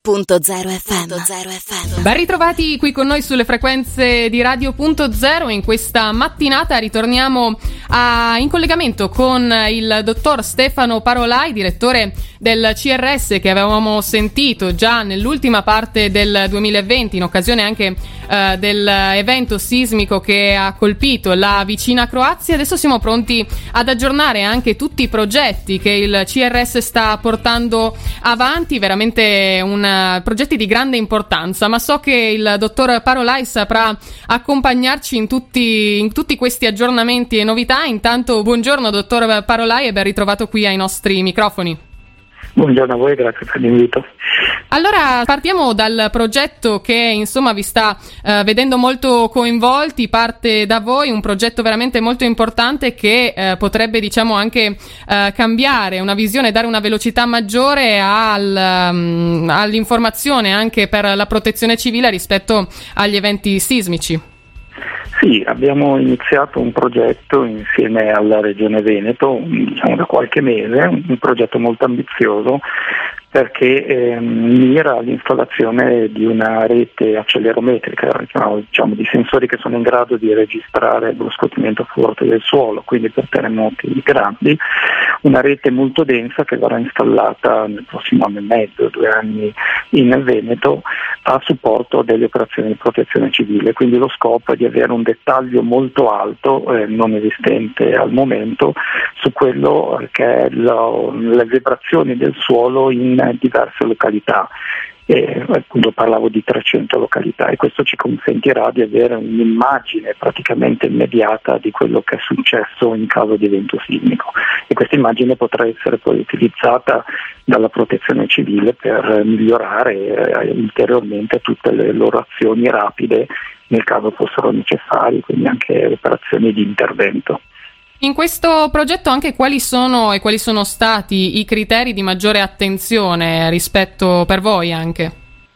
Radio.0 FM. Ben ritrovati qui con noi sulle frequenze di Radio.0. In questa mattinata ritorniamo in collegamento con il dottor Stefano Parolai, direttore del CRS, che avevamo sentito già nell'ultima parte del 2020 in occasione anche dell'evento sismico che ha colpito la vicina Croazia. Adesso siamo pronti ad aggiornare anche tutti i progetti che il CRS sta portando avanti, veramente progetti di grande importanza, ma so che il dottor Parolai saprà accompagnarci in tutti questi aggiornamenti e novità. Intanto buongiorno dottor Parolai e ben ritrovato qui ai nostri microfoni. Buongiorno a voi, grazie per l'invito. Allora partiamo dal progetto che insomma vi sta vedendo molto coinvolti, parte da voi, un progetto veramente molto importante che potrebbe diciamo anche cambiare una visione, dare una velocità maggiore all'informazione anche per la protezione civile rispetto agli eventi sismici. Sì, abbiamo iniziato un progetto insieme alla Regione Veneto, diciamo da qualche mese, un progetto molto ambizioso perché mira all'installazione di una rete accelerometrica, diciamo di sensori che sono in grado di registrare lo scuotimento forte del suolo, quindi per terremoti grandi, una rete molto densa che verrà installata nel prossimo anno e mezzo, 2 anni in Veneto a supporto delle operazioni di protezione civile, quindi lo scopo è di avere un dettaglio molto alto, non esistente al momento, su quello che è le vibrazioni del suolo in diverse località. Appunto parlavo di 300 località e questo ci consentirà di avere un'immagine praticamente immediata di quello che è successo in caso di evento sismico, e questa immagine potrà essere poi utilizzata dalla protezione civile per migliorare ulteriormente tutte le loro azioni rapide nel caso fossero necessarie, quindi anche operazioni di intervento. In questo progetto anche quali sono stati i criteri di maggiore attenzione rispetto per voi anche?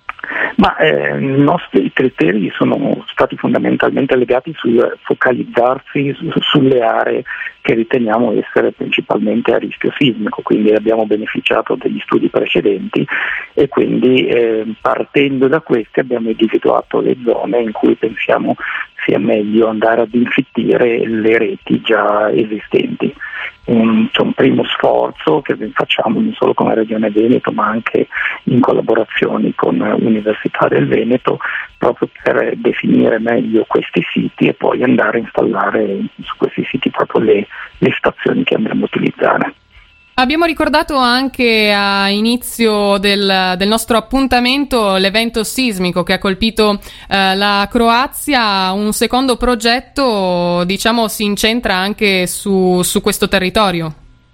Ma i nostri criteri sono stati fondamentalmente legati sul focalizzarsi sulle aree che riteniamo essere principalmente a rischio sismico, quindi abbiamo beneficiato degli studi precedenti e quindi partendo da questi abbiamo individuato le zone in cui pensiamo sia meglio andare ad infittire le reti già esistenti. C'è un primo sforzo che facciamo non solo con la Regione Veneto ma anche in collaborazioni con l'Università del Veneto, proprio per definire meglio questi siti e poi andare a installare su questi siti proprio le stazioni che andremo a utilizzare. Abbiamo ricordato anche a inizio del nostro appuntamento l'evento sismico che ha colpito la Croazia. Un secondo progetto, diciamo, si incentra anche su questo territorio.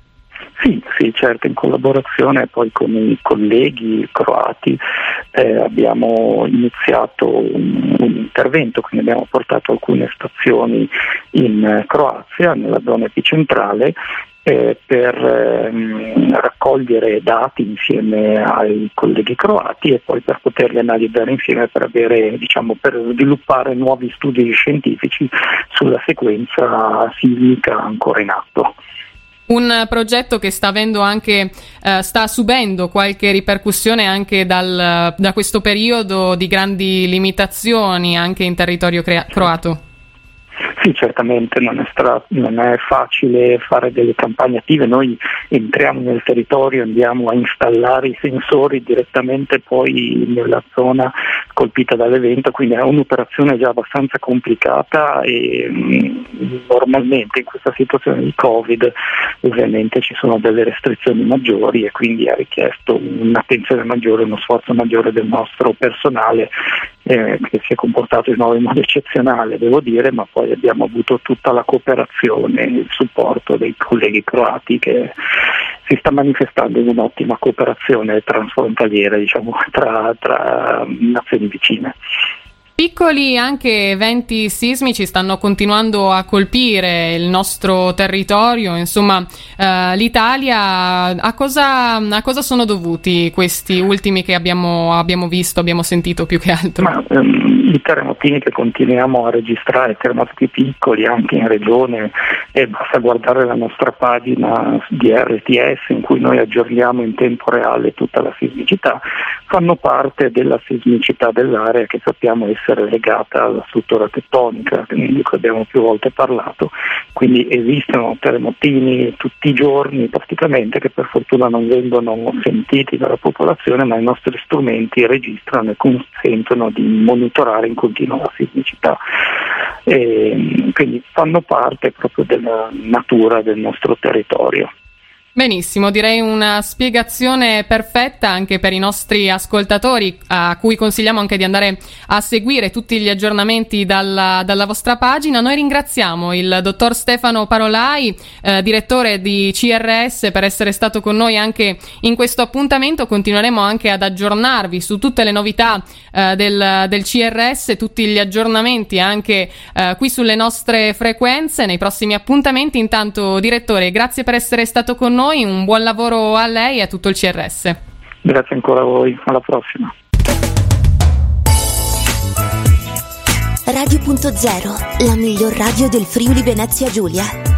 Sì, certo, in collaborazione poi con i colleghi croati abbiamo iniziato un intervento, quindi abbiamo portato alcune stazioni in Croazia, nella zona epicentrale, per raccogliere dati insieme ai colleghi croati e poi per poterli analizzare insieme per sviluppare nuovi studi scientifici sulla sequenza sismica ancora in atto. Un progetto che sta subendo qualche ripercussione anche da questo periodo di grandi limitazioni anche in territorio croato. Sì, certamente non è facile fare delle campagne attive. Noi entriamo nel territorio, andiamo a installare i sensori direttamente poi nella zona colpita dall'evento, quindi è un'operazione già abbastanza complicata e normalmente in questa situazione di Covid ovviamente ci sono delle restrizioni maggiori e quindi ha richiesto un'attenzione maggiore, uno sforzo maggiore del nostro personale che si è comportato di nuovo in modo eccezionale, devo dire, ma poi abbiamo avuto tutta la cooperazione e il supporto dei colleghi croati che si sta manifestando in un'ottima cooperazione transfrontaliera, diciamo, tra nazioni vicine. Piccoli anche eventi sismici stanno continuando a colpire il nostro territorio, insomma l'Italia, a cosa sono dovuti questi ultimi che abbiamo visto, abbiamo sentito più che altro? i terremotini che continuiamo a registrare, terremoti piccoli anche in regione, e basta guardare la nostra pagina di RTS in cui noi aggiorniamo in tempo reale tutta la sismicità, fanno parte della sismicità dell'area, che sappiamo essere legata alla struttura tettonica di cui abbiamo più volte parlato. Quindi esistono terremotini tutti i giorni praticamente, che per fortuna non vengono sentiti dalla popolazione, ma i nostri strumenti registrano e consentono di monitorare in continuo la sismicità. Quindi fanno parte proprio della natura del nostro territorio. Benissimo, direi una spiegazione perfetta anche per i nostri ascoltatori, a cui consigliamo anche di andare a seguire tutti gli aggiornamenti dalla vostra pagina. Noi ringraziamo il dottor Stefano Parolai, direttore di CRS, per essere stato con noi anche in questo appuntamento. Continueremo anche ad aggiornarvi su tutte le novità del CRS, tutti gli aggiornamenti anche qui sulle nostre frequenze nei prossimi appuntamenti. Intanto, direttore, grazie per essere stato con noi. Un buon lavoro a lei e a tutto il CRS. Grazie ancora a voi, alla prossima. Radio.0, la miglior radio del Friuli Venezia Giulia.